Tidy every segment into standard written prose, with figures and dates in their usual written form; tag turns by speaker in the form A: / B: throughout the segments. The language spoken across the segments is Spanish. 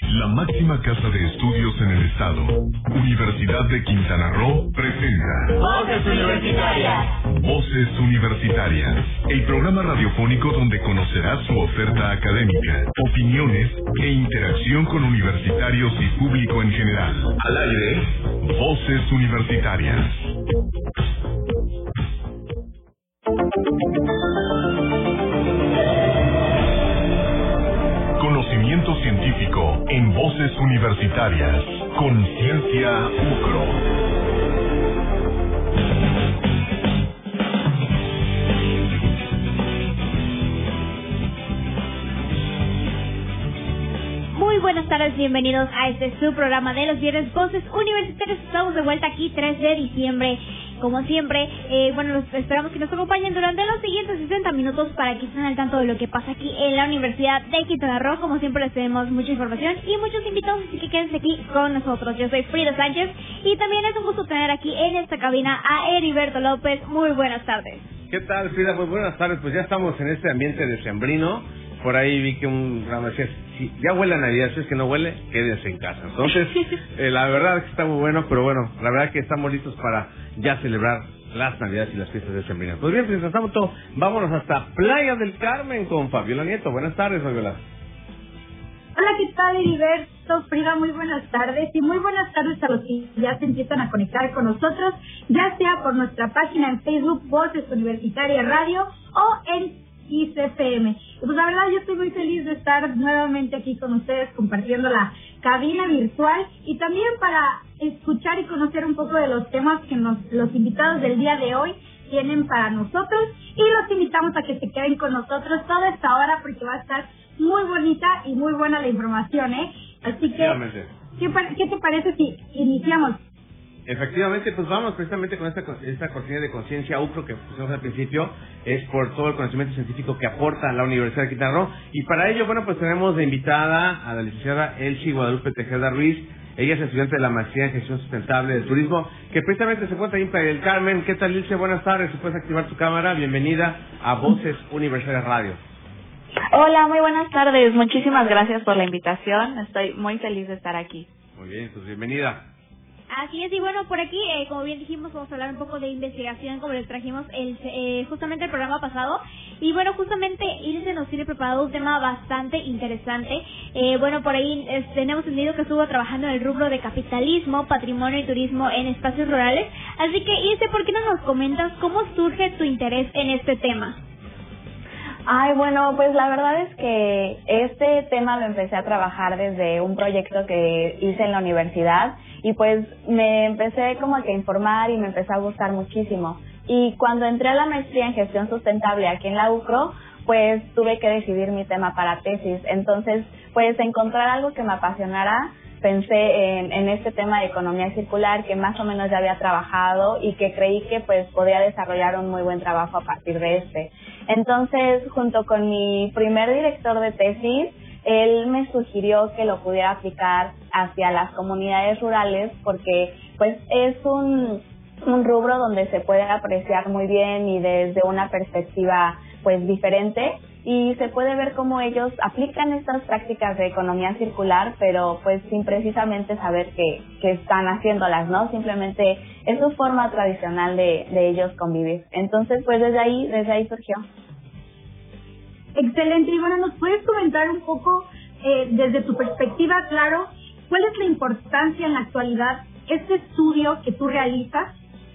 A: La máxima casa de estudios en el estado, Universidad de Quintana Roo, presenta
B: Voces Universitarias.
A: Voces Universitarias, el programa radiofónico donde conocerás su oferta académica, opiniones e interacción con universitarios y público en general. Al aire, Voces Universitarias. Conocimiento científico en Voces Universitarias. Conciencia UCRO.
C: Muy buenas tardes, bienvenidos a este su programa de los viernes, Voces Universitarias. Estamos de vuelta aquí 3 de diciembre. Como siempre, esperamos que nos acompañen durante los siguientes 60 minutos para que estén al tanto de lo que pasa aquí en la Universidad de Quintana Roo. Como siempre, les tenemos mucha información y muchos invitados, así que quédense aquí con nosotros. Yo soy Frida Sánchez y también es un gusto tener aquí en esta cabina a Heriberto López. Muy buenas tardes.
D: ¿Qué tal, Frida? Pues buenas tardes. Pues ya estamos en este ambiente decembrino. Por ahí vi que un programa decía, si ya huele a Navidad, si es que no huele, quédense en casa. Entonces, la verdad es que está muy bueno, pero bueno, la verdad es que estamos listos para ya celebrar las Navidades y las fiestas decembrinas. Pues bien, mientras tanto, vámonos hasta Playa del Carmen con Fabiola Nieto. Buenas tardes, Fabiola.
E: Hola, ¿qué tal, Heriberto? Frida, muy buenas tardes y muy buenas tardes a los que ya se empiezan a conectar con nosotros, ya sea por nuestra página en Facebook, Voces Universitarias Radio, o en ICFM. Pues la verdad yo estoy muy feliz de estar nuevamente aquí con ustedes compartiendo la cabina virtual y también para escuchar y conocer un poco de los temas que los invitados del día de hoy tienen para nosotros, y los invitamos a que se queden con nosotros toda esta hora porque va a estar muy bonita y muy buena la información, ¿eh? Así que, ¿qué te parece si iniciamos?
D: Efectivamente, pues vamos precisamente con esta cortina de conciencia UCRO que pusimos al principio, es por todo el conocimiento científico que aporta la Universidad de Quintana Roo, y para ello, bueno, pues tenemos de invitada a la licenciada Elsie Guadalupe Tejeda Ruiz. Ella es estudiante de la maestría en gestión sustentable del turismo, que precisamente se encuentra ahí en Playa del Carmen. ¿Qué tal, Ilse? Buenas tardes, si puedes activar tu cámara. Bienvenida a Voces Universitarias Radio.
F: Hola, muy buenas tardes. Muchísimas gracias por la invitación. Estoy muy feliz de estar aquí.
D: Muy bien, pues bienvenida.
C: Así es, y bueno, por aquí, como bien dijimos, vamos a hablar un poco de investigación, como les trajimos justamente el programa pasado. Y bueno, justamente Ilse nos tiene preparado un tema bastante interesante. Bueno, por ahí tenemos entendido que estuvo trabajando en el rubro de capitalismo, patrimonio y turismo en espacios rurales. Así que, Ilse, ¿por qué no nos comentas cómo surge tu interés en este tema?
F: Ay, bueno, pues la verdad es que este tema lo empecé a trabajar desde un proyecto que hice en la universidad, y pues me empecé como a informar y me empezó a gustar muchísimo. Y cuando entré a la maestría en gestión sustentable aquí en la UCRO, pues tuve que decidir mi tema para tesis. Entonces, pues encontrar algo que me apasionara, pensé en este tema de economía circular que más o menos ya había trabajado y que creí que pues podía desarrollar un muy buen trabajo a partir de este. Entonces, junto con mi primer director de tesis, él me sugirió que lo pudiera aplicar hacia las comunidades rurales porque pues es un rubro donde se puede apreciar muy bien y desde una perspectiva pues diferente, y se puede ver cómo ellos aplican estas prácticas de economía circular, pero pues sin precisamente saber que están haciéndolas, ¿no? Simplemente es su forma tradicional de ellos convivir. Entonces, pues desde ahí surgió.
E: Excelente. Y bueno, ¿nos puedes comentar un poco, desde tu perspectiva, claro, cuál es la importancia en la actualidad este estudio que tú realizas?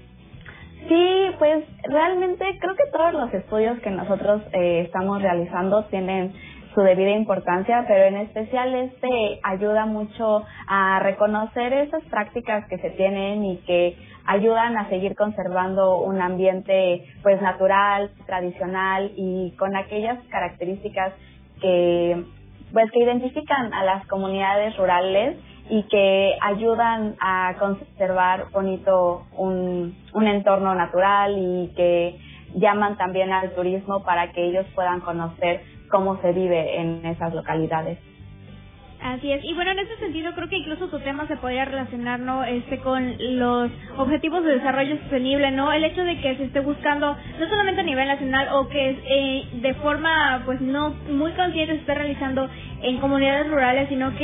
F: Sí, pues realmente creo que todos los estudios que nosotros estamos realizando tienen su debida importancia, pero en especial este ayuda mucho a reconocer esas prácticas que se tienen y que ayudan a seguir conservando un ambiente pues natural, tradicional y con aquellas características que identifican a las comunidades rurales y que ayudan a conservar bonito un entorno natural, y que llaman también al turismo para que ellos puedan conocer cómo se vive en esas localidades.
C: Así es, y bueno, en ese sentido creo que incluso tu tema se podría relacionar, ¿no? Con los objetivos de desarrollo sostenible, ¿no? El hecho de que se esté buscando, no solamente a nivel nacional, o que de forma, pues no muy consciente se esté realizando en comunidades rurales, sino que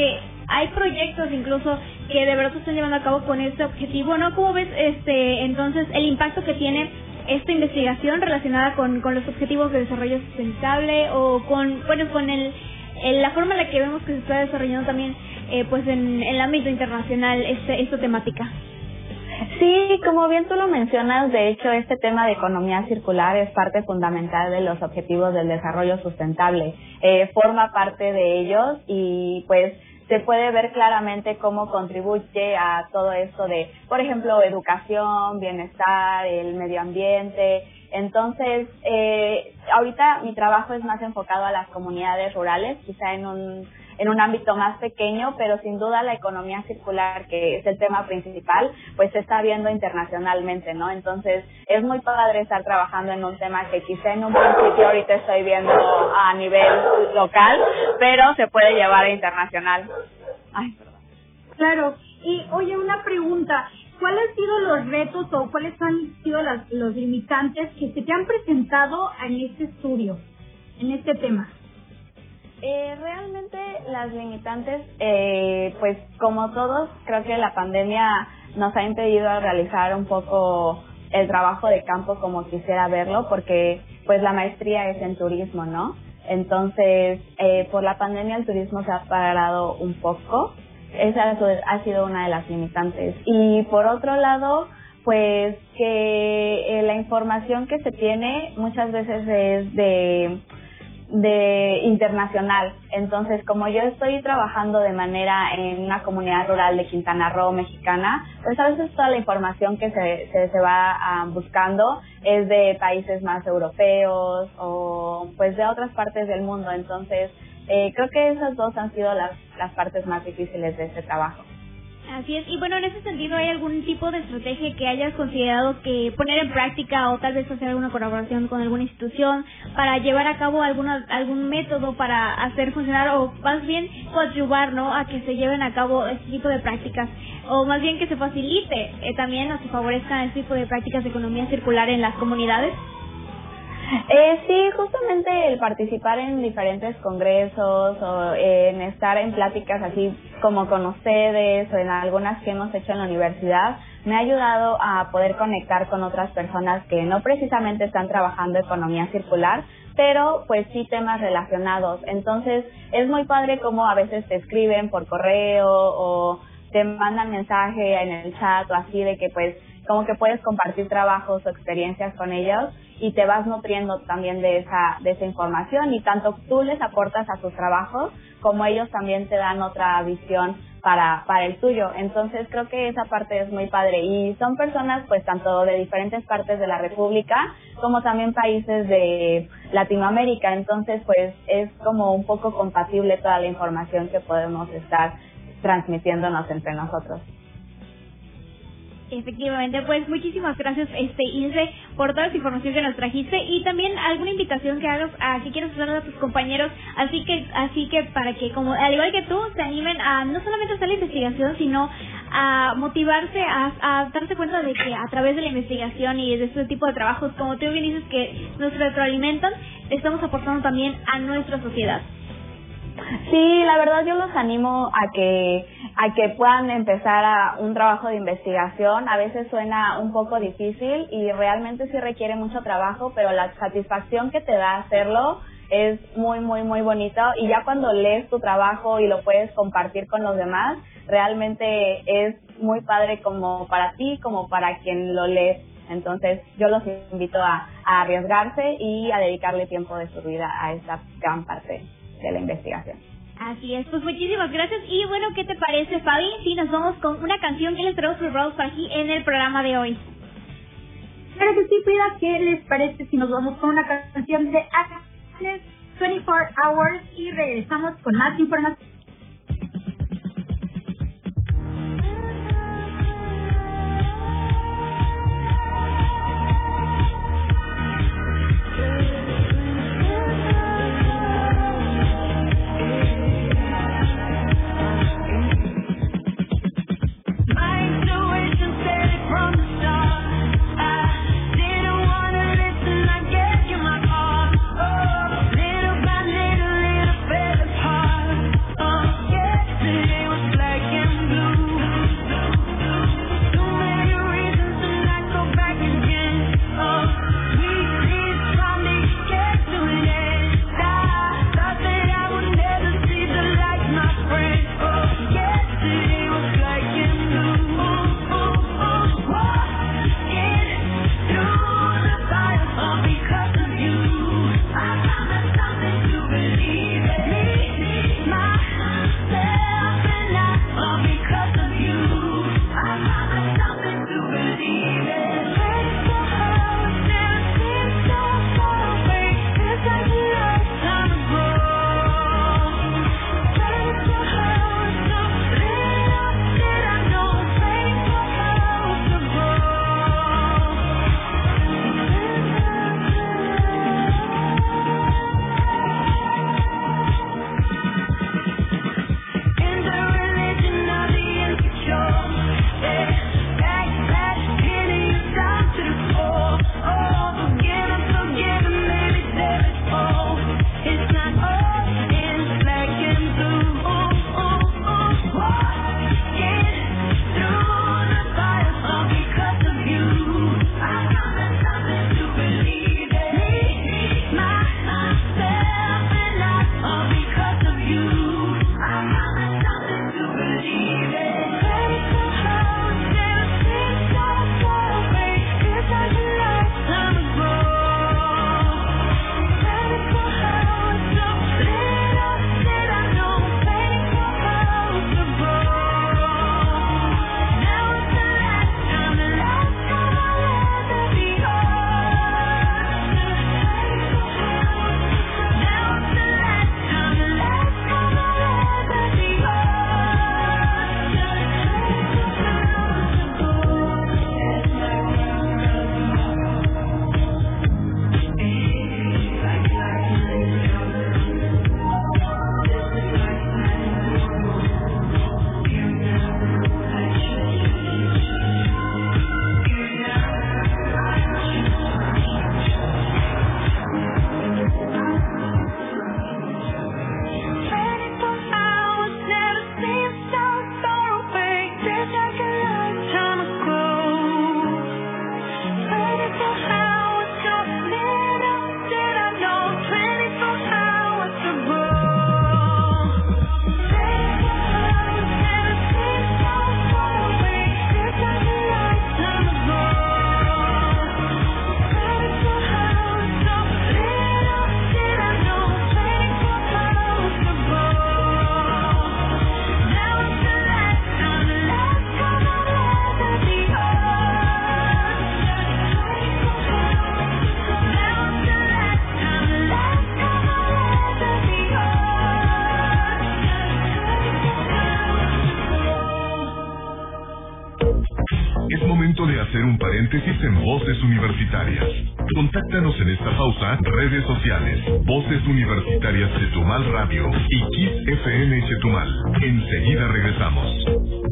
C: hay proyectos incluso que de verdad se están llevando a cabo con este objetivo, ¿no? ¿Cómo ves entonces el impacto que tiene esta investigación relacionada con los objetivos de desarrollo sustentable o con la forma en la que vemos que se está desarrollando también pues en el ámbito internacional esta temática?
F: Sí, como bien tú lo mencionas, de hecho este tema de economía circular es parte fundamental de los objetivos del desarrollo sustentable, forma parte de ellos y pues se puede ver claramente cómo contribuye a todo esto de, por ejemplo, educación, bienestar, el medio ambiente. Entonces, ahorita mi trabajo es más enfocado a las comunidades rurales, quizá en un ámbito más pequeño, pero sin duda la economía circular, que es el tema principal, pues se está viendo internacionalmente, ¿no? Entonces, es muy padre estar trabajando en un tema que quizá en un principio ahorita estoy viendo a nivel local, pero se puede llevar a internacional. Ay, perdón.
E: Claro. Y, oye, una pregunta. ¿Cuáles han sido los retos o cuáles han sido los limitantes que se te han presentado en este estudio, en este tema?
F: Realmente las limitantes, pues como todos, creo que la pandemia nos ha impedido realizar un poco el trabajo de campo como quisiera verlo, porque pues la maestría es en turismo, ¿no? Entonces, por la pandemia el turismo se ha parado un poco. Esa ha sido una de las limitantes. Y por otro lado, pues que la información que se tiene muchas veces es de internacional. Entonces, como yo estoy trabajando de manera en una comunidad rural de Quintana Roo mexicana, pues a veces toda la información que se va buscando es de países más europeos o pues de otras partes del mundo. Entonces, creo que esas dos han sido las partes más difíciles de este trabajo.
C: Así es, y bueno, en ese sentido, ¿hay algún tipo de estrategia que hayas considerado que poner en práctica o tal vez hacer alguna colaboración con alguna institución para llevar a cabo algún método para hacer funcionar o más bien coadyuvar, ¿no?, a que se lleven a cabo este tipo de prácticas o más bien que se facilite también o se favorezcan este tipo de prácticas de economía circular en las comunidades?
F: Sí, justamente el participar en diferentes congresos o en estar en pláticas así como con ustedes o en algunas que hemos hecho en la universidad me ha ayudado a poder conectar con otras personas que no precisamente están trabajando economía circular, pero pues sí temas relacionados. Entonces es muy padre como a veces te escriben por correo o te mandan mensaje en el chat o así de que pues como que puedes compartir trabajos o experiencias con ellos y te vas nutriendo también de esa información y tanto tú les aportas a sus trabajos como ellos también te dan otra visión para el tuyo. Entonces creo que esa parte es muy padre y son personas pues tanto de diferentes partes de la República como también países de Latinoamérica. Entonces pues es como un poco compatible toda la información que podemos estar transmitiéndonos entre nosotros.
C: Efectivamente, pues muchísimas gracias Ilse por toda esa información que nos trajiste y también alguna invitación que hagas a que quieras hacer a tus compañeros, así que para que como al igual que tú se animen a no solamente hacer la investigación sino a motivarse a darse cuenta de que a través de la investigación y de este tipo de trabajos, como tú bien dices, que nos retroalimentan, estamos aportando también a nuestra sociedad.
F: Sí, la verdad yo los animo a que puedan empezar un trabajo de investigación. A veces suena un poco difícil y realmente sí requiere mucho trabajo, pero la satisfacción que te da hacerlo es muy, muy, muy bonito y ya cuando lees tu trabajo y lo puedes compartir con los demás, realmente es muy padre como para ti, como para quien lo lee. Entonces yo los invito a arriesgarse y a dedicarle tiempo de su vida a esta gran parte de la investigación.
C: Así es, pues muchísimas gracias. Y bueno, ¿qué te parece, Fabi? Sí, nos vamos con una canción que les traemos preparados para aquí en el programa de hoy.
E: Claro que sí, Frida, ¿qué les parece si nos vamos con una canción de Access 24 Hours y regresamos con más información?
B: Little by little, little fell apart.
A: momento de hacer un paréntesis en Voces Universitarias. Contáctanos en esta pausa, redes sociales, Voces Universitarias Chetumal Radio y Kiss FM Chetumal. Enseguida regresamos.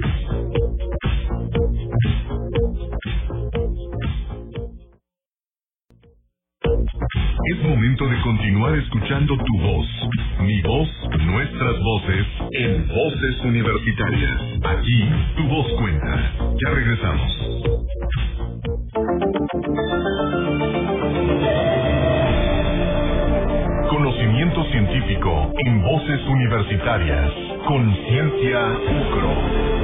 A: Es momento de continuar escuchando tu voz, mi voz, nuestras voces, en Voces Universitarias. Aquí, tu voz cuenta. Ya regresamos. Conocimiento científico en Voces Universitarias. Conciencia UCRO.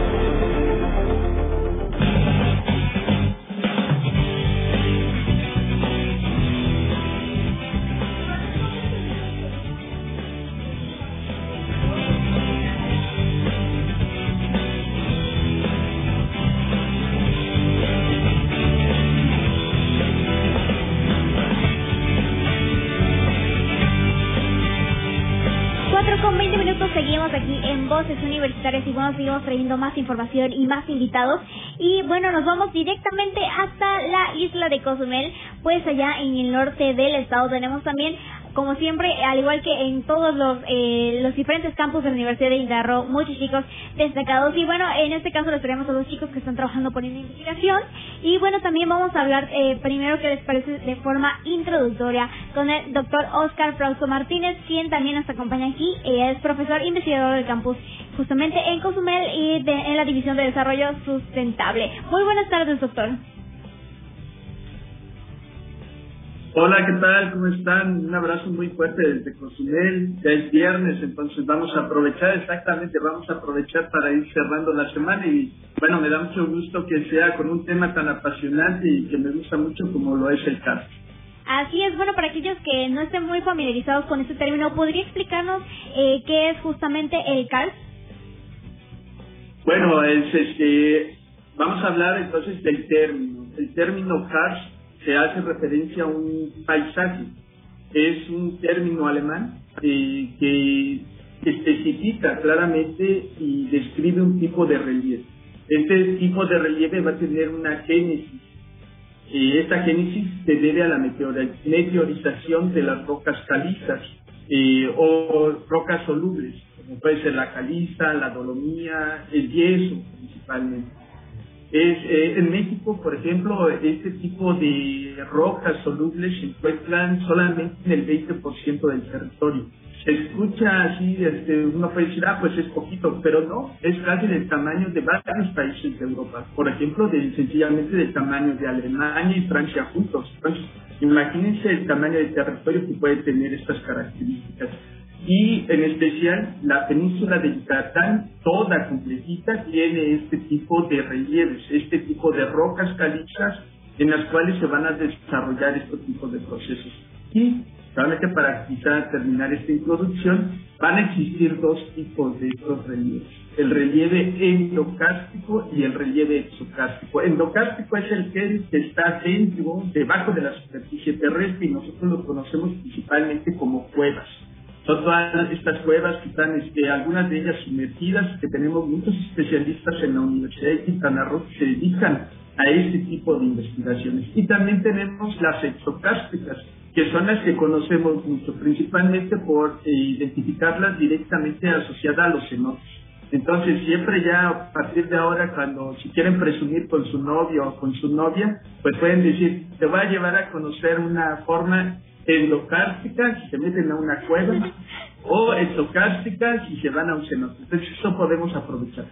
C: Seguimos aquí en Voces Universitarias y bueno, seguimos trayendo más información y más invitados. Y bueno, nos vamos directamente hasta la isla de Cozumel, pues allá en el norte del estado. Tenemos también, como siempre, al igual que en todos los diferentes campus de la Universidad de Quintana Roo, muchos chicos destacados. Y bueno, en este caso les traemos a dos chicos que están trabajando por una investigación. Y bueno, también vamos a hablar primero, ¿qué les parece?, de forma introductoria con el doctor Oscar Frausto Martínez, quien también nos acompaña aquí. Es profesor investigador del campus justamente en Cozumel y en la División de Desarrollo Sustentable. Muy buenas tardes, doctor.
G: Hola, ¿qué tal? ¿Cómo están? Un abrazo muy fuerte desde Cozumel. Ya es viernes, entonces vamos a aprovechar para ir cerrando la semana y bueno, me da mucho gusto que sea con un tema tan apasionante y que me gusta mucho como lo es el CARS.
C: Así es, bueno, para aquellos que no estén muy familiarizados con este término, ¿podría explicarnos qué es justamente el CARS?
G: Bueno, vamos a hablar entonces del término. El término CARS se hace referencia a un paisaje. Es un término alemán que especifica claramente y describe un tipo de relieve. Este tipo de relieve va a tener una génesis. Esta génesis se debe a la meteorización de las rocas calizas o rocas solubles, como puede ser la caliza, la dolomía, el yeso principalmente. En México, por ejemplo, este tipo de rocas solubles se encuentran solamente en el 20% del territorio. Se escucha así, uno puede decir, pues es poquito, pero no, es casi del tamaño de varios países de Europa. Por ejemplo, sencillamente del tamaño de Alemania y Francia juntos. Entonces, imagínense el tamaño del territorio que puede tener estas características. Y en especial la península de Yucatán, toda completita, tiene este tipo de relieves, este tipo de rocas calizas en las cuales se van a desarrollar este tipo de procesos. Y solamente para quizá terminar esta introducción, van a existir dos tipos de estos relieves: el relieve endocárstico y el relieve exocárstico. Endocárstico es el que está debajo de la superficie terrestre y nosotros lo conocemos principalmente como cuevas. Son todas estas cuevas que están, algunas de ellas sumergidas, que tenemos muchos especialistas en la Universidad de Quintana Roo que se dedican a este tipo de investigaciones. Y también tenemos las exocársticas, que son las que conocemos mucho, principalmente por identificarlas directamente asociadas a los cenotes. Entonces, siempre ya a partir de ahora, cuando si quieren presumir con su novio o con su novia, pues pueden decir, te voy a llevar a conocer una forma endocárstica si se meten a una cueva o exocárstica si se van a un cenote. Entonces eso podemos aprovechar.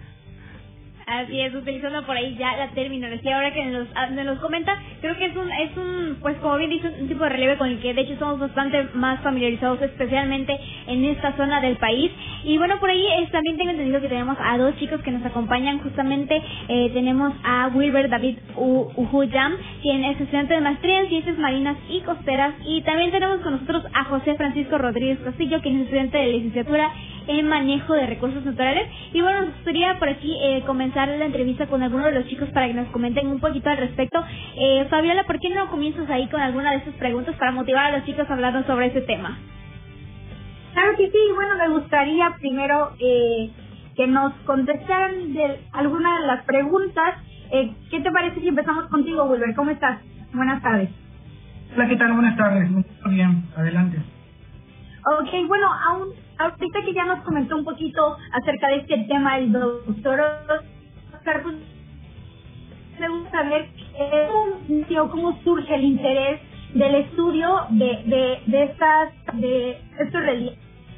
C: Así es, utilizando por ahí ya la terminología ahora que nos comenta, creo que es un, pues como bien dice, un tipo de relieve con el que de hecho somos bastante más familiarizados, especialmente en esta zona del país. Y bueno, por ahí también tengo entendido que tenemos a dos chicos que nos acompañan justamente. Tenemos a Wilber David Ujuyam, quien es estudiante de maestría en Ciencias Marinas y Costeras, y también tenemos con nosotros a José Francisco Rodríguez Castillo, quien es estudiante de licenciatura en Manejo de Recursos Naturales. Y bueno, nos gustaría por aquí comenzar la entrevista con algunos de los chicos para que nos comenten un poquito al respecto. Fabiola, ¿por qué no comienzas ahí con alguna de estas preguntas para motivar a los chicos a hablarnos sobre este tema?
E: Claro que sí. Bueno, me gustaría primero que nos contestaran de algunas de las preguntas ¿Qué te parece si empezamos contigo, Wilber? ¿Cómo estás? Buenas tardes.
H: Hola, ¿qué tal? Buenas tardes. Muy bien, adelante.
E: Ok, bueno, ahorita que ya nos comentó un poquito acerca de este tema el doctor Oscar, pues me gusta saber cómo surge el interés del estudio de estos relieves.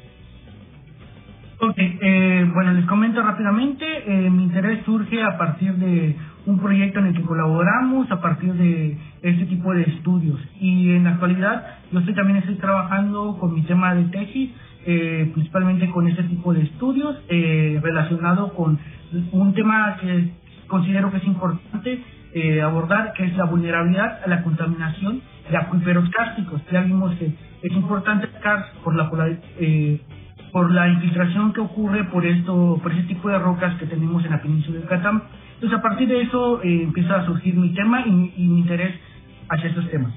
H: Ok, bueno, les comento rápidamente. Mi interés surge a partir de un proyecto en el que colaboramos, a partir de este tipo de estudios. Y en la actualidad yo también estoy trabajando con mi tema de tesis, principalmente con este tipo de estudios, relacionado con un tema que considero que es importante abordar, que es la vulnerabilidad a la contaminación de acuíferos kársticos. Ya vimos que es importante por la infiltración que ocurre por ese tipo de rocas que tenemos en la península de Yucatán. Entonces, a partir de eso empieza a surgir mi tema y mi interés hacia estos temas.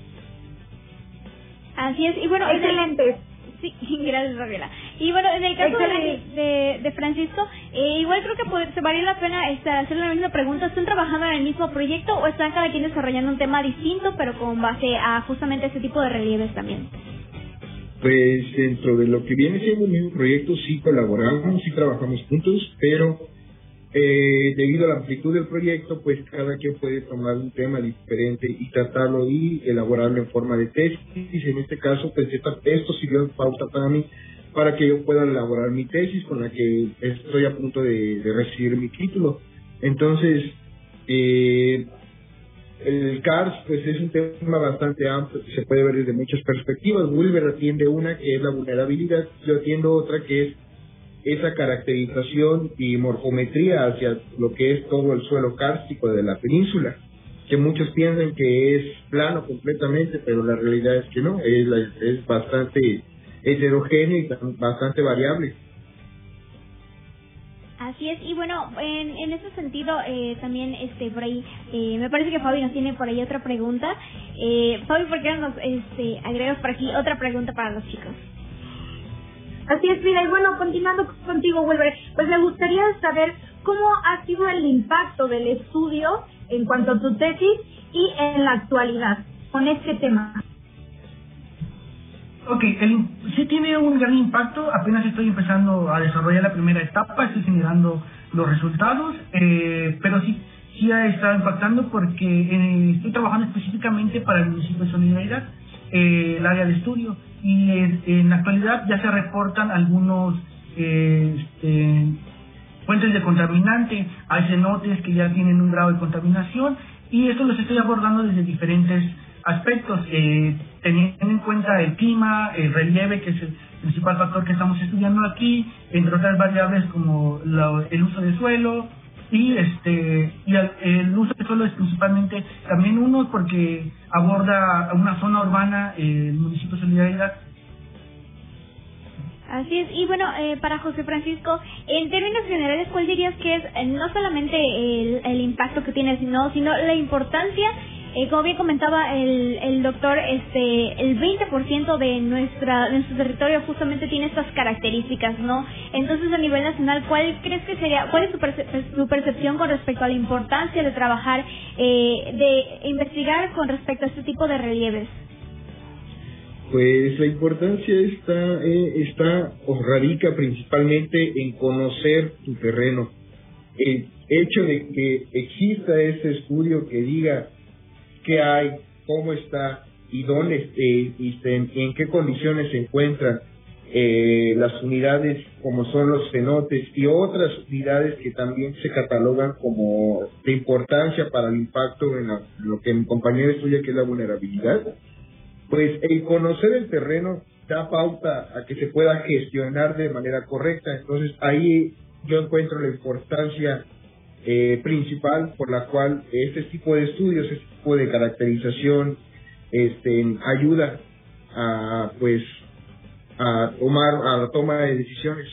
C: Así es, y bueno,
E: excelente.
C: Sí, gracias, Fabiola. Y bueno, en el caso de Francisco, igual creo que se vale la pena hacer la misma pregunta. ¿Están trabajando en el mismo proyecto o están cada quien desarrollando un tema distinto, pero con base a justamente este tipo de relieves también?
I: Pues dentro de lo que viene siendo el mismo proyecto sí colaboramos, sí trabajamos juntos, pero debido a la amplitud del proyecto, pues cada quien puede tomar un tema diferente y tratarlo y elaborarlo en forma de tesis. En este caso, pues esto sirvió de pauta para mí, para que yo pueda elaborar mi tesis con la que estoy a punto de recibir mi título. Entonces, el CARS pues es un tema bastante amplio que se puede ver desde muchas perspectivas. Wilber atiende una que es la vulnerabilidad, yo atiendo otra que es esa caracterización y morfometría hacia lo que es todo el suelo kárstico de la península, que muchos piensan que es plano completamente, pero la realidad es que no, es bastante heterogéneo y bastante variable.
C: Así es, y bueno, en ese sentido, también por ahí, me parece que Fabi nos tiene por ahí otra pregunta. Fabi, ¿por qué no nos agregas por aquí otra pregunta para los chicos?
E: Así es, Frida, y bueno, continuando contigo, Wilber, pues me gustaría saber cómo ha sido el impacto del estudio en cuanto a tu tesis y en la actualidad con este tema.
H: Ok, sí tiene un gran impacto. Apenas estoy empezando a desarrollar la primera etapa, estoy generando los resultados, pero sí ha estado impactando porque estoy trabajando específicamente para el municipio de Solidaridad, el área de estudio, y en la actualidad ya se reportan algunos fuentes de contaminante, hay cenotes que ya tienen un grado de contaminación, y esto los estoy abordando desde diferentes aspectos, teniendo en cuenta el clima, el relieve, que es el principal factor que estamos estudiando aquí, entre otras variables como el uso del suelo, y el uso del suelo es principalmente también uno porque aborda una zona urbana, el municipio de Solidaridad.
C: Así es, y bueno, para José Francisco, en términos generales, ¿cuál dirías que es no solamente el impacto que tiene, sino la importancia? Como bien comentaba el doctor, el 20% de nuestro territorio justamente tiene estas características, ¿no? Entonces, a nivel nacional, ¿cuál crees que cuál es su percepción con respecto a la importancia de trabajar, de investigar con respecto a este tipo de relieves?
I: Pues la importancia está o radica principalmente en conocer tu terreno. El hecho de que exista este estudio que diga qué hay, cómo está y dónde y en qué condiciones se encuentran las unidades como son los cenotes y otras unidades que también se catalogan como de importancia para el impacto en lo que mi compañero estudia, que es la vulnerabilidad. Pues el conocer el terreno da pauta a que se pueda gestionar de manera correcta. Entonces ahí yo encuentro la importancia principal por la cual este tipo de estudios, este tipo de caracterización ayuda a la toma de decisiones.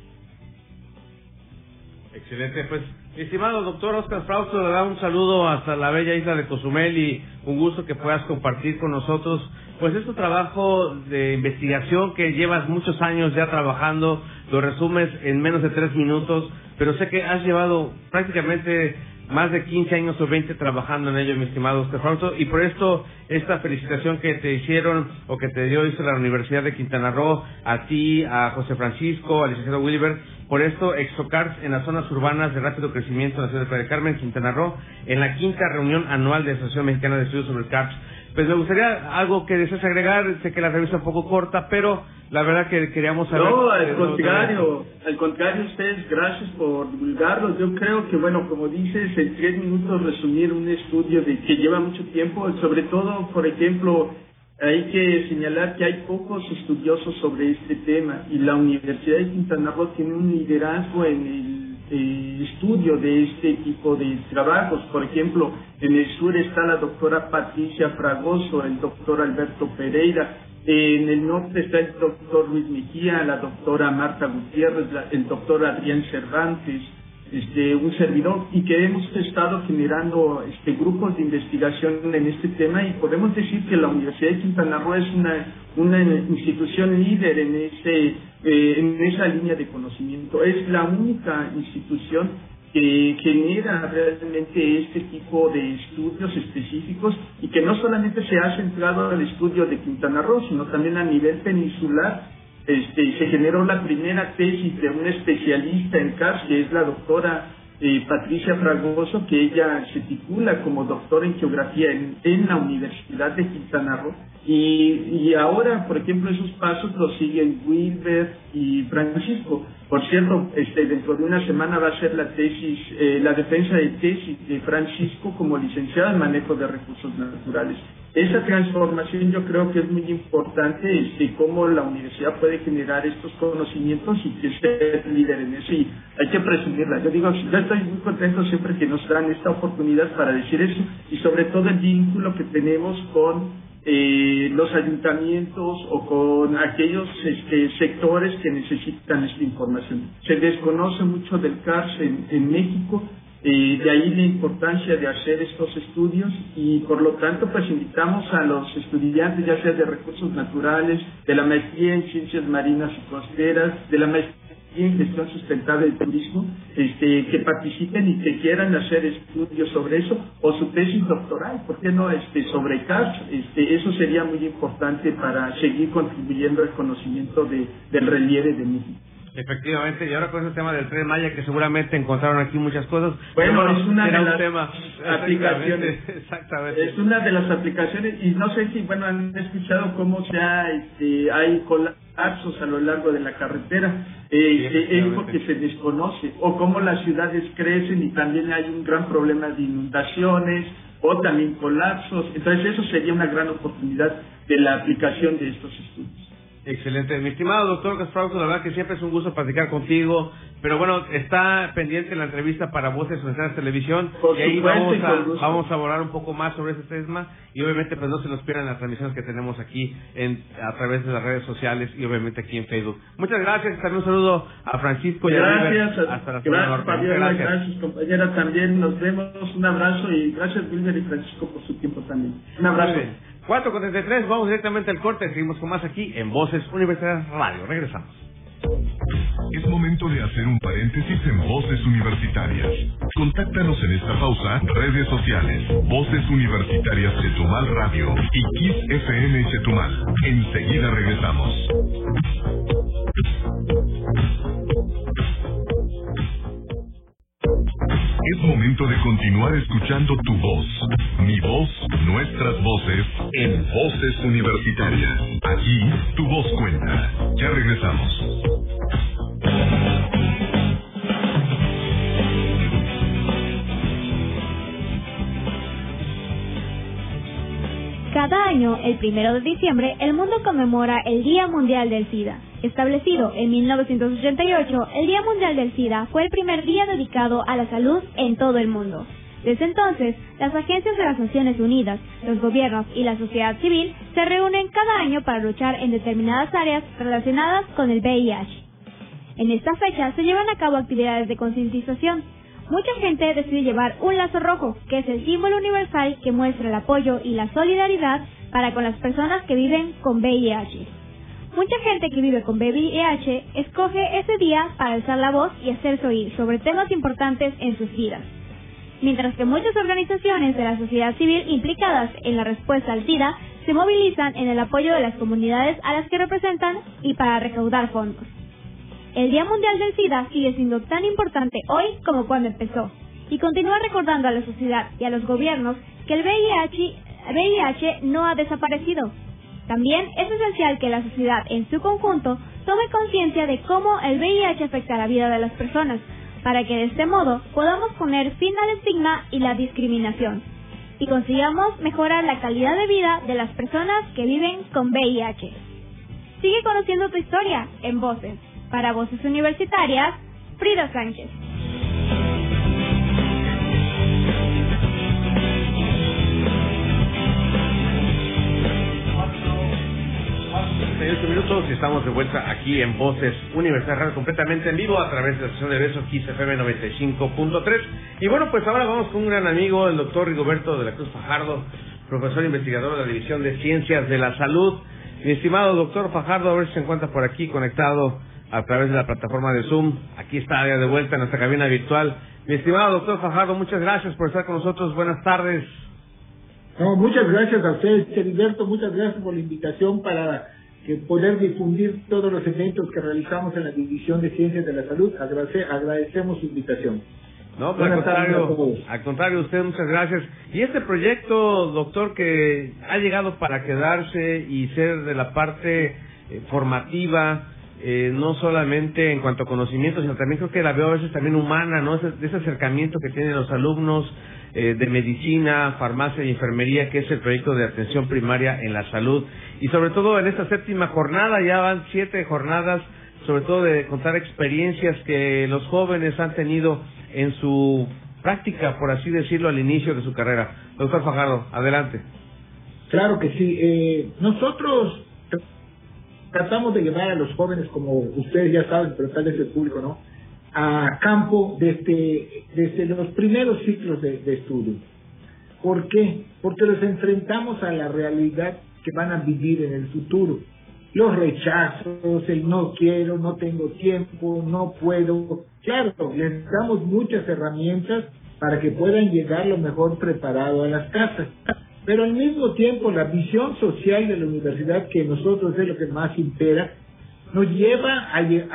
D: Excelente, pues estimado doctor Oscar Frausto, le da un saludo hasta la bella isla de Cozumel y un gusto que puedas compartir con nosotros pues este trabajo de investigación que llevas muchos años ya trabajando, lo resumes en menos de 3 minutos, pero sé que has llevado prácticamente más de 15 años o 20 trabajando en ello, mi estimado Oscar Fausto, y por esto esta felicitación que te hicieron o que te hizo la Universidad de Quintana Roo, a ti, a José Francisco, al licenciado Wilber, por esto ExoCards en las zonas urbanas de rápido crecimiento en la ciudad de Playa del Carmen, Quintana Roo, en la 5ª reunión anual de la Asociación Mexicana de Estudios sobre el CARS. Pues me gustaría algo que desees agregar, sé que la revista es un poco corta, pero la verdad que queríamos saber...
G: No, al contrario, ustedes, gracias por divulgarlo. Yo creo que, bueno, como dices, en 3 minutos resumir un estudio que lleva mucho tiempo, sobre todo, por ejemplo, hay que señalar que hay pocos estudiosos sobre este tema y la Universidad de Quintana Roo tiene un liderazgo en el estudio de este tipo de trabajos. Por ejemplo, en el sur está la doctora Patricia Fragoso, el doctor Alberto Pereira, en el norte está el doctor Luis Mejía, la doctora Marta Gutiérrez, el doctor Adrián Cervantes, un servidor, y que hemos estado generando grupos de investigación en este tema, y podemos decir que la Universidad de Quintana Roo es una institución líder en esa línea de conocimiento. Es la única institución que genera realmente este tipo de estudios específicos y que no solamente se ha centrado al estudio de Quintana Roo, sino también a nivel peninsular. Se generó la primera tesis de una especialista en CARS, que es la doctora Patricia Fragoso, que ella se titula como doctora en geografía en la Universidad de Quintana Roo. Y ahora, por ejemplo, esos pasos los siguen Wilber y Francisco. Por cierto, dentro de una semana va a ser la tesis, la defensa de tesis de Francisco como licenciado en manejo de recursos naturales. Esa transformación yo creo que es muy importante, cómo la universidad puede generar estos conocimientos y que esté líder en eso, y hay que presumirla. Yo estoy muy contento siempre que nos dan esta oportunidad para decir eso, y sobre todo el vínculo que tenemos con los ayuntamientos o con aquellos sectores que necesitan esta información. Se desconoce mucho del CARS en México. De ahí la importancia de hacer estos estudios, y por lo tanto pues invitamos a los estudiantes, ya sea de recursos naturales, de la maestría en ciencias marinas y costeras, de la maestría en gestión sustentable del turismo, que participen y que quieran hacer estudios sobre eso, o su tesis doctoral, ¿por qué no sobre CARS? Eso sería muy importante para seguir contribuyendo al conocimiento del relieve de México.
D: Efectivamente, y ahora con ese tema del Tren Maya, que seguramente encontraron aquí muchas cosas.
G: Bueno, es una de las
D: aplicaciones. Exactamente.
G: Es una de las aplicaciones, y no sé si, han escuchado cómo hay colapsos a lo largo de la carretera. Es porque se desconoce, o cómo las ciudades crecen y también hay un gran problema de inundaciones, o también colapsos. Entonces eso sería una gran oportunidad de la aplicación de estos estudios.
D: Excelente. Mi estimado doctor Gasparro, la verdad que siempre es un gusto platicar contigo, pero bueno, está pendiente la entrevista para Voces Universitarias Televisión, y ahí vamos a abordar un poco más sobre ese tema, y obviamente pues no se nos pierdan las transmisiones que tenemos aquí a través de las redes sociales y obviamente aquí en Facebook. Muchas gracias, también un saludo a Francisco y a Wilber, hasta la semana norte.
G: Fabiola, gracias compañera, también nos vemos, un abrazo, y gracias Wilber y Francisco por su tiempo también. Un abrazo.
D: 4:33, vamos directamente al corte, seguimos con más aquí en Voces Universitarias Radio. Regresamos.
A: Es momento de hacer un paréntesis en Voces Universitarias. Contáctanos en esta pausa, redes sociales, Voces Universitarias Chetumal Radio y Kiss FM Chetumal. Enseguida regresamos. Es momento de continuar escuchando tu voz, mi voz, nuestras voces, en Voces Universitarias. Aquí, tu voz cuenta. Ya regresamos.
C: Cada año, el 1 de diciembre, el mundo conmemora el Día Mundial del SIDA. Establecido en 1988, el Día Mundial del SIDA fue el primer día dedicado a la salud en todo el mundo. Desde entonces, las agencias de las Naciones Unidas, los gobiernos y la sociedad civil se reúnen cada año para luchar en determinadas áreas relacionadas con el VIH. En esta fecha se llevan a cabo actividades de concientización. Mucha gente decide llevar un lazo rojo, que es el símbolo universal que muestra el apoyo y la solidaridad para con las personas que viven con VIH. Mucha gente que vive con VIH escoge ese día para alzar la voz y hacerse oír sobre temas importantes en sus vidas. mientras que muchas organizaciones de la sociedad civil implicadas en la respuesta al SIDA se movilizan en el apoyo de las comunidades a las que representan y para recaudar fondos. El Día Mundial del SIDA sigue siendo tan importante hoy como cuando empezó, y continúa recordando a la sociedad y a los gobiernos que el VIH no ha desaparecido. También es esencial que la sociedad en su conjunto tome conciencia de cómo el VIH afecta la vida de las personas, para que de este modo podamos poner fin al estigma y la discriminación, y consigamos mejorar la calidad de vida de las personas que viven con VIH. Sigue conociendo tu historia en Voces. Para Voces Universitarias, Frida Sánchez.
D: Minutos y estamos de vuelta aquí en Voces Universitarias, completamente en vivo a través de la estación de Beso Kiss FM 95.3. Y bueno, pues ahora vamos con un gran amigo, el doctor Rigoberto de la Cruz Fajardo, profesor investigador de la División de Ciencias de la Salud. Mi estimado doctor Fajardo, a ver si se encuentra por aquí conectado a través de la plataforma de Zoom. Aquí está ya de vuelta en nuestra cabina virtual. Mi estimado doctor Fajardo, muchas gracias por estar con nosotros. Buenas tardes.
I: No, muchas gracias a usted, Heriberto. Muchas gracias por la invitación para poder difundir todos los eventos que realizamos en la División de Ciencias de la Salud. Agradecemos su invitación.
D: No, pues al contrario, usted, muchas gracias. Y este proyecto, doctor, que ha llegado para quedarse y ser de la parte formativa, no solamente en cuanto a conocimiento, sino también creo que la veo a veces también humana, ¿no? Ese acercamiento que tienen los alumnos de medicina, farmacia y enfermería, que es el proyecto de atención primaria en la salud. Y sobre todo en esta 7ª jornada, ya van 7 jornadas, sobre todo de contar experiencias que los jóvenes han tenido en su práctica, por así decirlo, al inicio de su carrera. Doctor Fajardo, adelante.
I: Claro que sí. Nosotros tratamos de llevar a los jóvenes, como ustedes ya saben, pero tal vez el público no, a campo desde los primeros ciclos de estudio. ¿Por qué? Porque los enfrentamos a la realidad que van a vivir en el futuro. Los rechazos, el no quiero, no tengo tiempo, no puedo. Claro, les damos muchas herramientas para que puedan llegar lo mejor preparado a las casas. Pero al mismo tiempo, la visión social de la universidad, que nosotros es lo que más impera, nos lleva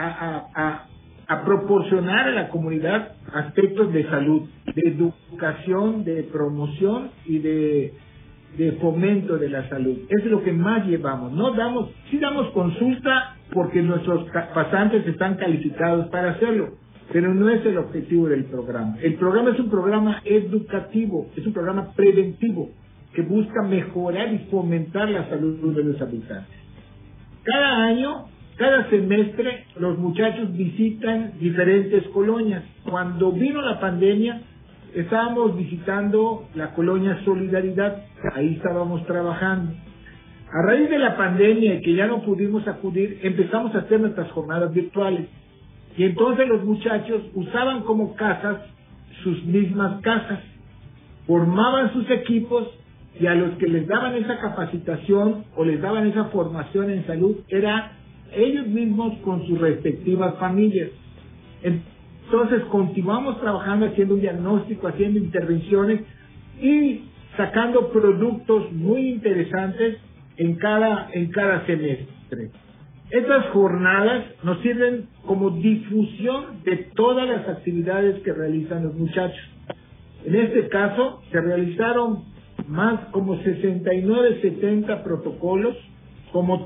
I: a proporcionar a la comunidad aspectos de salud, de educación, de promoción y de fomento de la salud. Eso es lo que más llevamos. Sí damos consulta porque nuestros pasantes están calificados para hacerlo, pero no es el objetivo del programa. El programa es un programa educativo, es un programa preventivo que busca mejorar y fomentar la salud de los habitantes. Cada año, cada semestre, los muchachos visitan diferentes colonias. Cuando vino la pandemia, estábamos visitando la colonia Solidaridad, ahí estábamos trabajando. A raíz de la pandemia y que ya no pudimos acudir, empezamos a hacer nuestras jornadas virtuales. Y entonces los muchachos usaban como casas sus mismas casas, formaban sus equipos, y a los que les daban esa capacitación o les daban esa formación en salud, era ellos mismos con sus respectivas familias. Entonces continuamos trabajando, haciendo un diagnóstico, haciendo intervenciones y sacando productos muy interesantes en cada semestre. Estas jornadas nos sirven como difusión de todas las actividades que realizan los muchachos. En este caso, se realizaron más como 69, 70 protocolos, como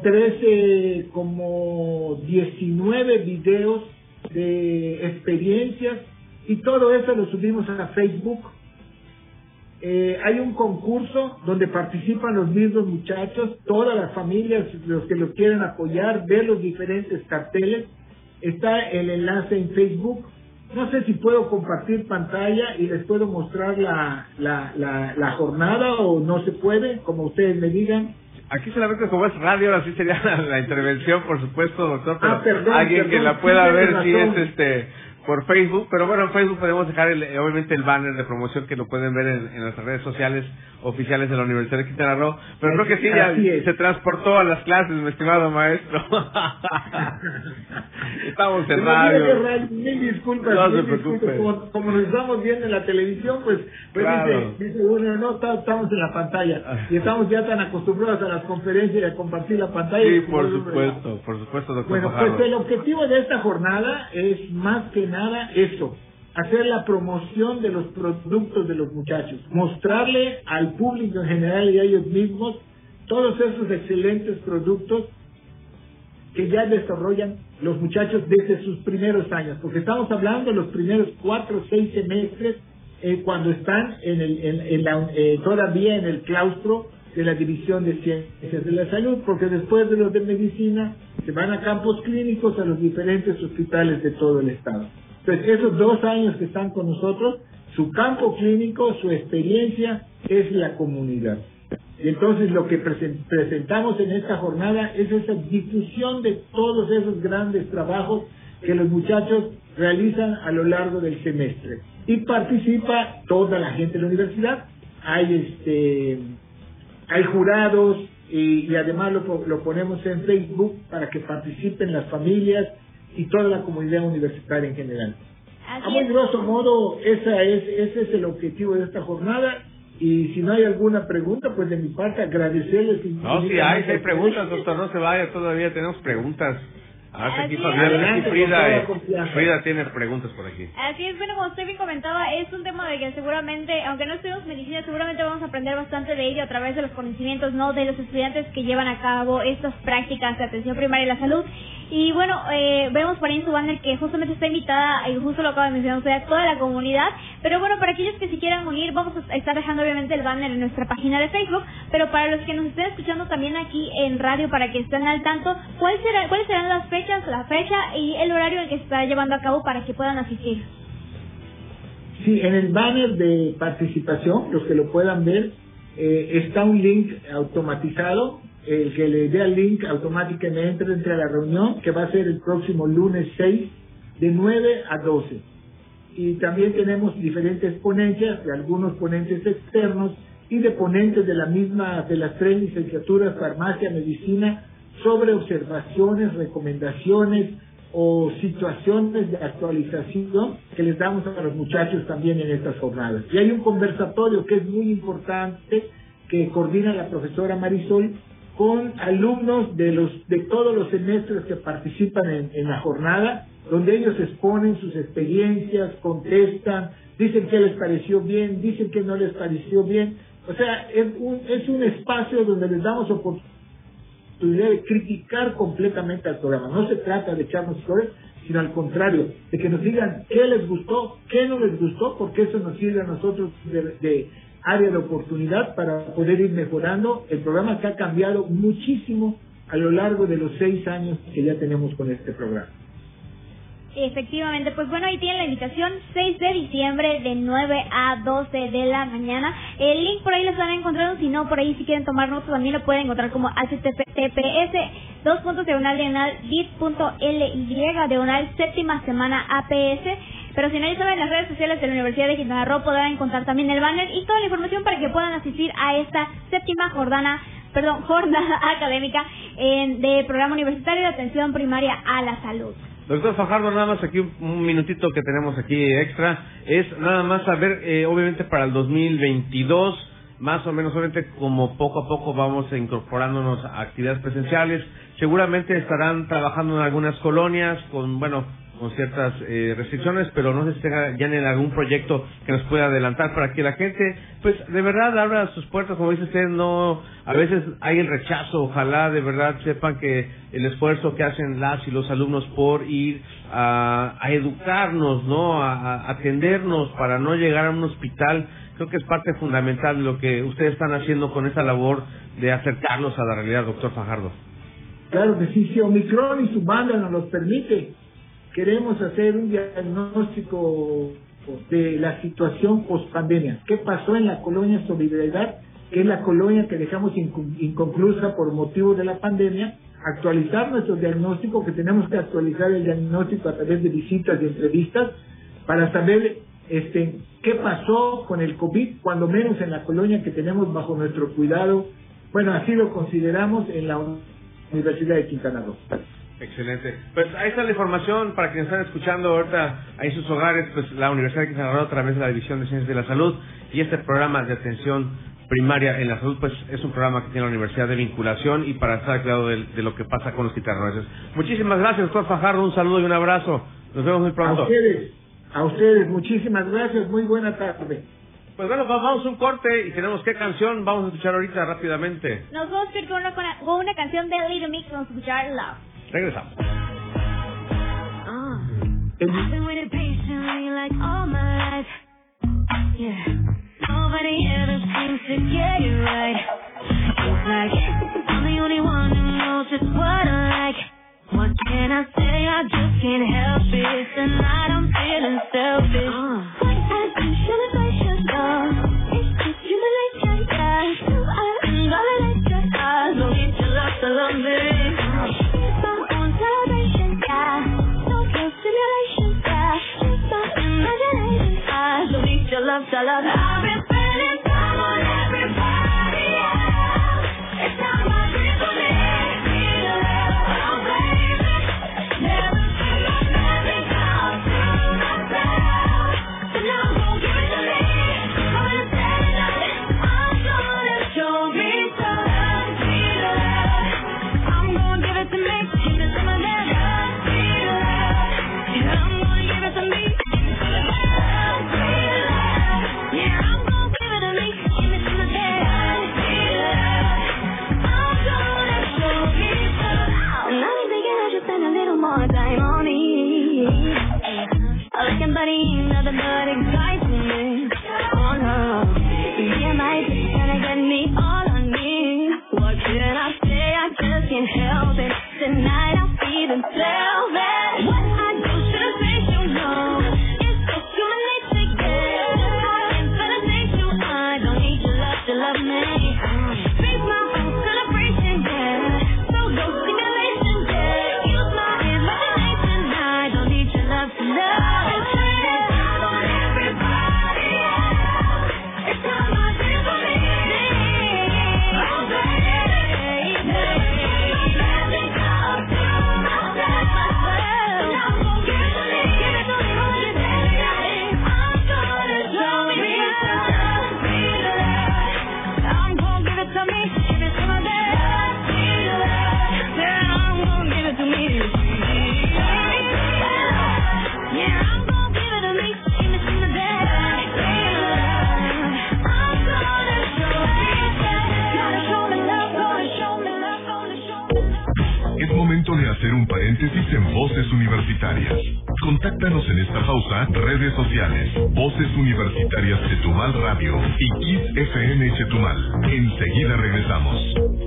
I: 19 videos de experiencias, y todo eso lo subimos a Facebook. Hay un concurso donde participan los mismos muchachos, todas las familias, los que los quieren apoyar, ver los diferentes carteles. Está el enlace en Facebook. No sé si puedo compartir pantalla y les puedo mostrar la jornada, o no se puede, como ustedes me digan.
D: Aquí solamente como es radio, ahora sí sería la intervención, por supuesto, doctor, pero
I: perdón,
D: alguien que la pueda ver, si es por Facebook, pero bueno, en Facebook podemos dejar obviamente el banner de promoción que lo pueden ver en nuestras redes sociales oficiales de la Universidad de Quintana Roo, pero creo que sí, ya se transportó a las clases, mi estimado maestro. Estamos en radio.
J: Mil disculpas,
D: no se preocupe.
J: Como nos estamos viendo en la televisión, pues claro. dice uno, no, estamos en la pantalla, y estamos ya tan acostumbrados a las conferencias y a compartir la pantalla.
D: Sí, por supuesto, doctor.
J: Bueno,
D: Fajardo.
J: pues el objetivo de esta jornada es más que nada eso, hacer la promoción de los productos de los muchachos, mostrarle al público en general y a ellos mismos todos esos excelentes productos que ya desarrollan los muchachos desde sus primeros años, porque estamos hablando de los primeros 4 o 6 semestres cuando están todavía en el claustro de la División de Ciencias de la Salud, porque después de los de Medicina se van a campos clínicos a los diferentes hospitales de todo el estado. Entonces, esos 2 años que están con nosotros, su campo clínico, su experiencia es la comunidad. Y entonces lo que presentamos en esta jornada es esa difusión de todos esos grandes trabajos que los muchachos realizan a lo largo del semestre. Y participa toda la gente de la universidad. Hay jurados y además lo ponemos en Facebook para que participen las familias y toda la comunidad universitaria en general. A muy grosso modo, ese es el objetivo de esta jornada. Y si no hay alguna pregunta, pues de mi parte agradecerles.
D: No, si hay preguntas, doctor, no se vaya, todavía tenemos preguntas. Aquí Fabián y Frida tiene preguntas por aquí.
C: Así es, bueno, como usted bien comentaba, es un tema de que seguramente, aunque no estudiamos medicina, seguramente vamos a aprender bastante de ello a través de los conocimientos, ¿no?, de los estudiantes que llevan a cabo estas prácticas de atención primaria y la salud. Y bueno, vemos por ahí en su banner que justamente está invitada, y justo lo acaba de mencionar usted, a toda la comunidad. Pero bueno, para aquellos que se quieran unir, vamos a estar dejando obviamente el banner en nuestra página de Facebook. Pero para los que nos estén escuchando también aquí en radio, para que estén al tanto, ¿cuáles serán las fechas, la fecha y el horario en que se está llevando a cabo para que puedan asistir?
J: Sí, en el banner de participación, los que lo puedan ver, está un link automatizado. El que le dé al link automáticamente entre a la reunión, que va a ser el próximo lunes 6 de 9 a 12. Y también tenemos diferentes ponencias, de algunos ponentes externos y de ponentes de las 3 licenciaturas, farmacia, medicina, sobre observaciones, recomendaciones o situaciones de actualización que les damos a los muchachos también en estas jornadas. Y hay un conversatorio que es muy importante, que coordina la profesora Marisol, con alumnos de todos los semestres que participan en la jornada, donde ellos exponen sus experiencias, contestan, dicen que les pareció bien, dicen que no les pareció bien. O sea, es un espacio donde les damos oportunidad de criticar completamente al programa. No se trata de echarnos flores, sino al contrario, de que nos digan qué les gustó, qué no les gustó, porque eso nos sirve a nosotros de área de oportunidad para poder ir mejorando el programa, que ha cambiado muchísimo a lo largo de los 6 años que ya tenemos con este programa.
C: Efectivamente, pues bueno, ahí tienen la invitación, 6 de diciembre de 9 a 12 de la mañana. El link por ahí lo están encontrando, si no, por ahí si quieren tomar notas también lo pueden encontrar como https://bit.ly séptima semana APS. Pero si no, ya saben, en las redes sociales de la Universidad de Quintana Roo podrán encontrar también el banner y toda la información para que puedan asistir a esta séptima jornada académica de Programa Universitario de Atención Primaria a la Salud.
D: Doctor Fajardo, nada más aquí un minutito que tenemos aquí extra, es nada más saber, obviamente para el 2022, más o menos, obviamente como poco a poco vamos incorporándonos a actividades presenciales, seguramente estarán trabajando en algunas colonias con ciertas restricciones, pero no sé si ya en algún proyecto que nos pueda adelantar para que la gente, pues de verdad abra sus puertas, como dice usted, no, a veces hay el rechazo, ojalá de verdad sepan que el esfuerzo que hacen las y los alumnos por ir a educarnos, ¿no?, a atendernos para no llegar a un hospital, creo que es parte fundamental de lo que ustedes están haciendo con esa labor de acercarnos a la realidad, doctor Fajardo.
J: Claro que sí, si Omicron y su banda nos los permite, queremos hacer un diagnóstico de la situación post-pandemia. ¿Qué pasó en la colonia Solidaridad, que es la colonia que dejamos inconclusa por motivo de la pandemia, actualizar nuestro diagnóstico, que tenemos que actualizar el diagnóstico a través de visitas y entrevistas para saber qué pasó con el COVID, cuando menos en la colonia que tenemos bajo nuestro cuidado. Bueno, así lo consideramos en la Universidad de Quintana Roo.
D: Excelente. Pues ahí está la información para quienes están escuchando ahorita ahí en sus hogares, pues la Universidad de Quintana Roo a través de la División de Ciencias de la Salud y este programa de atención primaria en la salud, pues es un programa que tiene la Universidad de vinculación y para estar claro de lo que pasa con los quintanarroenses. Muchísimas gracias, doctor Fajardo, un saludo y un abrazo. Nos vemos muy pronto.
J: A ustedes, muchísimas gracias, muy buena tarde.
D: Pues bueno, vamos a un corte y tenemos qué canción vamos a escuchar ahorita rápidamente.
C: Nos vamos a ir con una canción de Little Mix, vamos a escuchar Love.
D: Regresamos.
B: I've been waiting patiently like all my life. Yeah. Nobody ever seems to get it right. It's like I'm the only one who knows just what I like. What can I say? I just can't help it. Tonight I'm feeling selfish. What I do, should I should know? It's just humiliation, yeah. So I'm gonna let your eyes go into love to love me. It's my own celebration, yeah. No real simulation, yeah. Just my imagination, eyes go into love to love. I've been spending time on everybody else. It's not my dream for me.
A: En Voces Universitarias. Contáctanos en esta pausa, redes sociales, Voces Universitarias Chetumal Radio y Kiss FM Chetumal. Enseguida regresamos.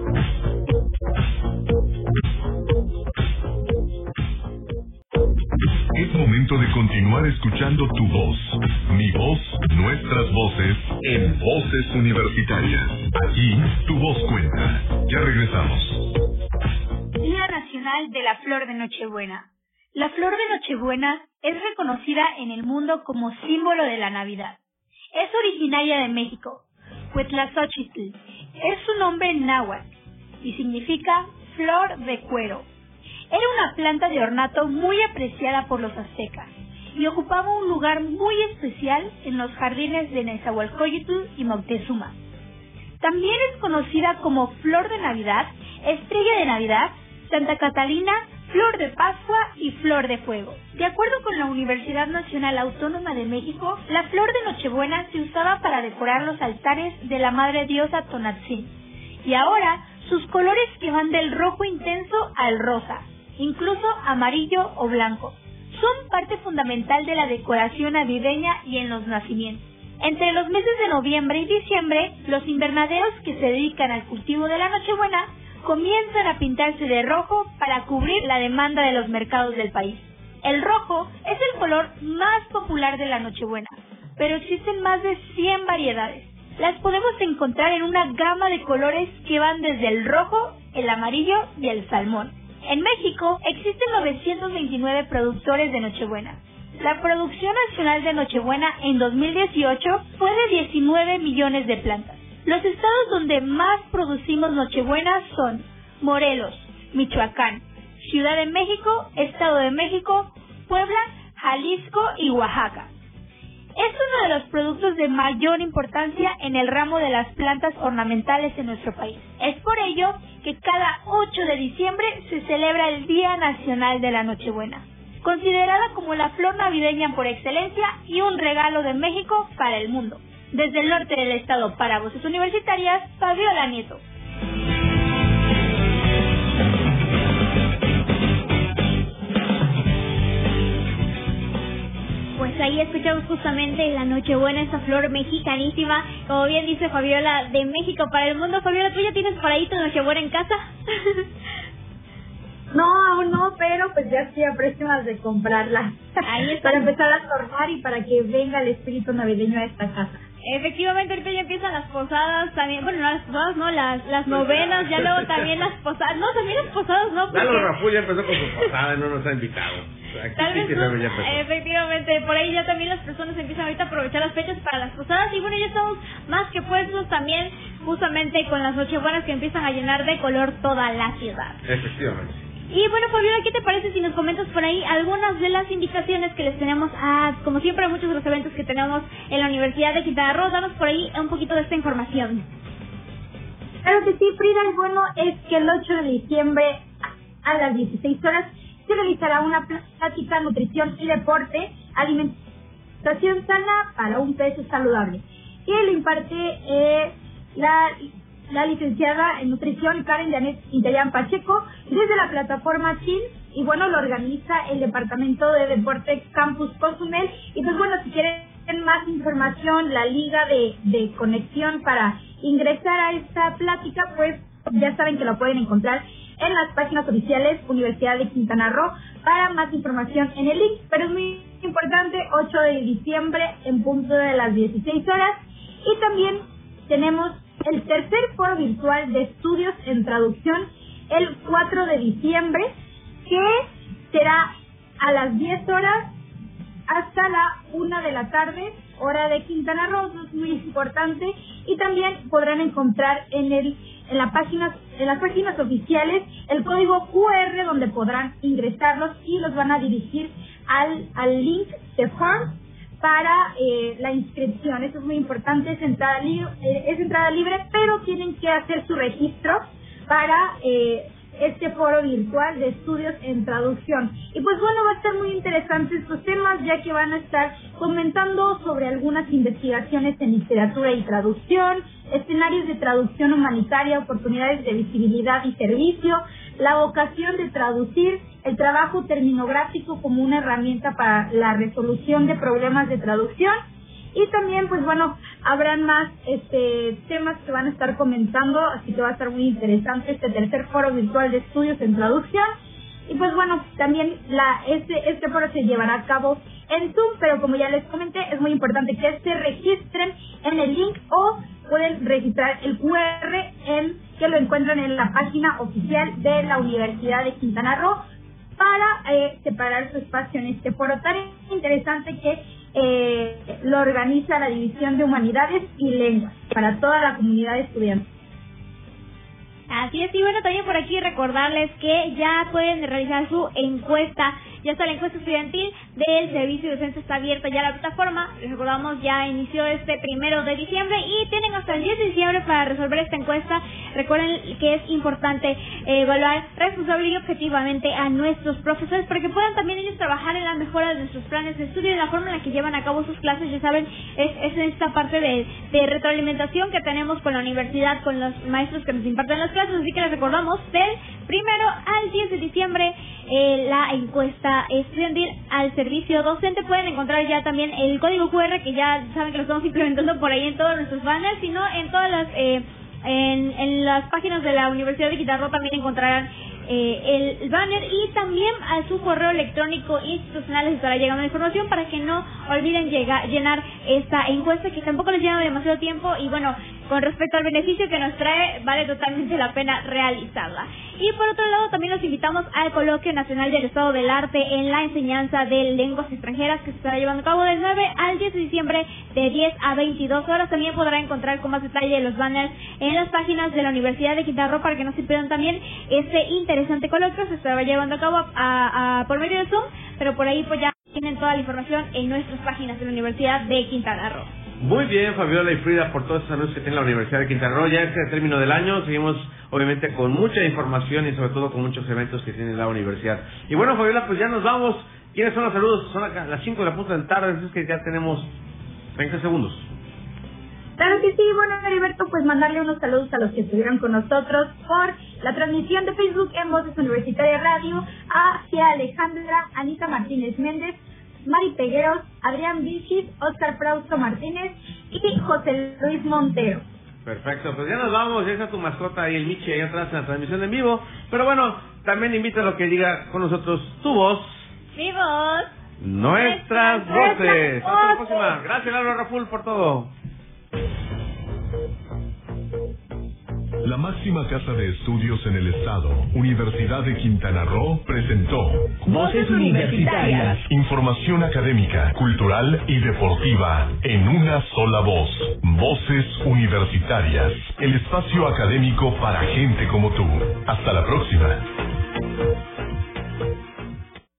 A: Es momento de continuar escuchando tu voz, mi voz, nuestras voces, en Voces Universitarias. Aquí, tu voz cuenta. Ya regresamos.
K: Día Nacional de la Flor de Nochebuena. La flor de Nochebuena es reconocida en el mundo como símbolo de la Navidad. Es originaria de México. Huitlazochitl es su nombre en náhuatl y significa flor de cuero. Era una planta de ornato muy apreciada por los aztecas y ocupaba un lugar muy especial en los jardines de Nezahualcóyotl y Moctezuma. También es conocida como flor de Navidad, estrella de Navidad, Santa Catalina, flor de Pascua y flor de fuego. De acuerdo con la Universidad Nacional Autónoma de México, la flor de Nochebuena se usaba para decorar los altares de la madre diosa Tonantzin. Y ahora, sus colores que van del rojo intenso al rosa, incluso amarillo o blanco, son parte fundamental de la decoración navideña y en los nacimientos. Entre los meses de noviembre y diciembre, los invernaderos que se dedican al cultivo de la Nochebuena comienzan a pintarse de rojo para cubrir la demanda de los mercados del país. El rojo es el color más popular de la Nochebuena, pero existen más de 100 variedades. Las podemos encontrar en una gama de colores que van desde el rojo, el amarillo y el salmón. En México existen 929 productores de Nochebuena. La producción nacional de Nochebuena en 2018 fue de 19 millones de plantas. Los estados donde más producimos Nochebuena son Morelos, Michoacán, Ciudad de México, Estado de México, Puebla, Jalisco y Oaxaca. Es uno de los productos de mayor importancia en el ramo de las plantas ornamentales en nuestro país. Es por ello que cada 8 de diciembre se celebra el Día Nacional de la Nochebuena, considerada como la flor navideña por excelencia y un regalo de México para el mundo. Desde el norte del estado para Voces Universitarias, Fabiola Nieto.
C: Pues ahí escuchamos justamente la Nochebuena, esa flor mexicanísima, como bien dice Fabiola, de México para el mundo. Fabiola, ¿tú ya tienes por ahí tu Nochebuena en casa?
E: No, aún no, pero pues ya estoy a próximas de comprarla.
C: Ahí está.
E: Para empezar a adornar y para que venga el espíritu navideño a esta casa.
C: Efectivamente, ahorita ya empiezan las posadas también, bueno, no las posadas, no, las novenas, ya luego también las posadas, no, también las posadas, no, porque...
D: Lalo Raful ya empezó con su posada, no nos ha invitado. Aquí
C: Tal vez
D: sí
C: no,
D: ya empezó.
C: efectivamente, por ahí ya también las personas empiezan ahorita a aprovechar las fechas para las posadas y bueno, ya estamos más que puestos también justamente con las Nochebuenas que empiezan a llenar de color toda la ciudad.
D: Efectivamente.
C: Y bueno, Fabiola, ¿qué te parece si nos comentas por ahí algunas de las indicaciones que les tenemos como siempre, a muchos de los eventos que tenemos en la Universidad de Quintana Roo? Danos por ahí un poquito de esta información.
E: Claro que sí, Frida. El bueno es que el 8 de diciembre a las 16 horas se realizará una plática nutrición y deporte, alimentación sana para un peso saludable. Y lo imparte la licenciada en nutrición Karen Janet Interian Pacheco desde la plataforma TIN, y bueno, lo organiza el Departamento de Deporte Campus Cozumel. Y pues bueno, si quieren más información, la liga de conexión para ingresar a esta plática, pues ya saben que lo pueden encontrar en las páginas oficiales Universidad de Quintana Roo para más información en el link. Pero es muy importante, 8 de diciembre en punto de las 16 horas. Y también tenemos el tercer foro virtual de estudios en traducción el 4 de diciembre, que será a las 10 horas hasta la 1 de la tarde, hora de Quintana Roo. Eso es muy importante. Y también podrán encontrar en las páginas oficiales el código QR donde podrán ingresarlos y los van a dirigir al link de form para la inscripción. Eso es muy importante, es entrada libre, pero tienen que hacer su registro para este foro virtual de estudios en traducción. Y pues bueno, va a estar muy interesante estos temas, ya que van a estar comentando sobre algunas investigaciones en literatura y traducción, escenarios de traducción humanitaria, oportunidades de visibilidad y servicio, la vocación de traducir, el trabajo terminográfico como una herramienta para la resolución de problemas de traducción. Y también, pues bueno, habrán más temas que van a estar comentando, así que va a estar muy interesante este tercer foro virtual de estudios en traducción. Y pues bueno, también este foro se llevará a cabo en Zoom, pero como ya les comenté, es muy importante que se registren en el link o pueden registrar el QR que lo encuentran en la página oficial de la Universidad de Quintana Roo para separar su espacio en este foro tan interesante que lo organiza la División de Humanidades y Lenguas para toda la comunidad estudiantil.
C: Así es, y bueno, también por aquí recordarles que ya pueden realizar su encuesta. Ya está la encuesta estudiantil del Servicio de Defensa, está abierta ya la plataforma. Les recordamos, ya inició este 1 de diciembre y tienen hasta el 10 de diciembre para resolver esta encuesta. Recuerden que es importante evaluar responsable y objetivamente a nuestros profesores para que puedan también ellos trabajar en la mejora de nuestros planes de estudio y la forma en la que llevan a cabo sus clases. Ya saben, es esta parte de retroalimentación que tenemos con la universidad, con los maestros que nos imparten las clases. Así que les recordamos, del 1 al 10 de diciembre la encuesta estudiantil al servicio docente. Pueden encontrar ya también el código QR, que ya saben que lo estamos implementando por ahí en todos nuestros banners, sino en todas las en las páginas de la Universidad de Quintana Roo también encontrarán el banner, y también a su correo electrónico institucional les estará llegando la información para que no olviden llenar esta encuesta, que tampoco les lleva demasiado tiempo, y bueno, con respecto al beneficio que nos trae, vale totalmente la pena realizarla. Y por otro lado, también los invitamos al Coloquio Nacional del Estado del Arte en la enseñanza de lenguas extranjeras, que se estará llevando a cabo del 9 al 10 de diciembre de 10 a 22 horas. También podrá encontrar con más detalle los banners en las páginas de la Universidad de Quintana Roo para que no se pierdan también este interesante coloquio. Se estará llevando a cabo por medio de Zoom, pero por ahí pues ya tienen toda la información en nuestras páginas de la Universidad de Quintana Roo.
D: Muy bien, Fabiola y Frida, por todos esos anuncios que tiene la Universidad de Quintana Roo. Ya es el término del año, seguimos obviamente con mucha información y sobre todo con muchos eventos que tiene la universidad. Y bueno, Fabiola, pues ya nos vamos. ¿Quiénes son los saludos? Son acá, las 5 de la punta de la tarde, así es que ya tenemos 30 segundos.
E: Claro que sí, bueno, Heriberto, pues mandarle unos saludos a los que estuvieron con nosotros por la transmisión de Facebook en Voces Universitaria Radio, hacia Alejandra, Anita Martínez Méndez, Mari Pegueros, Adrián Vichis, Oscar Frausto Martínez y José Luis Montero.
D: Perfecto, pues ya nos vamos, ya está tu mascota ahí, el Michi, ahí atrás en la transmisión en vivo. Pero bueno, también invita a lo que diga con nosotros tu voz.
C: Mi voz.
D: Nuestras voces. Hasta la próxima. Gracias, Laura Raful, por todo.
A: La máxima casa de estudios en el estado, Universidad de Quintana Roo, presentó
L: Voces Universitarias.
A: Información académica, cultural y deportiva en una sola voz. Voces Universitarias, el espacio académico para gente como tú. Hasta la próxima.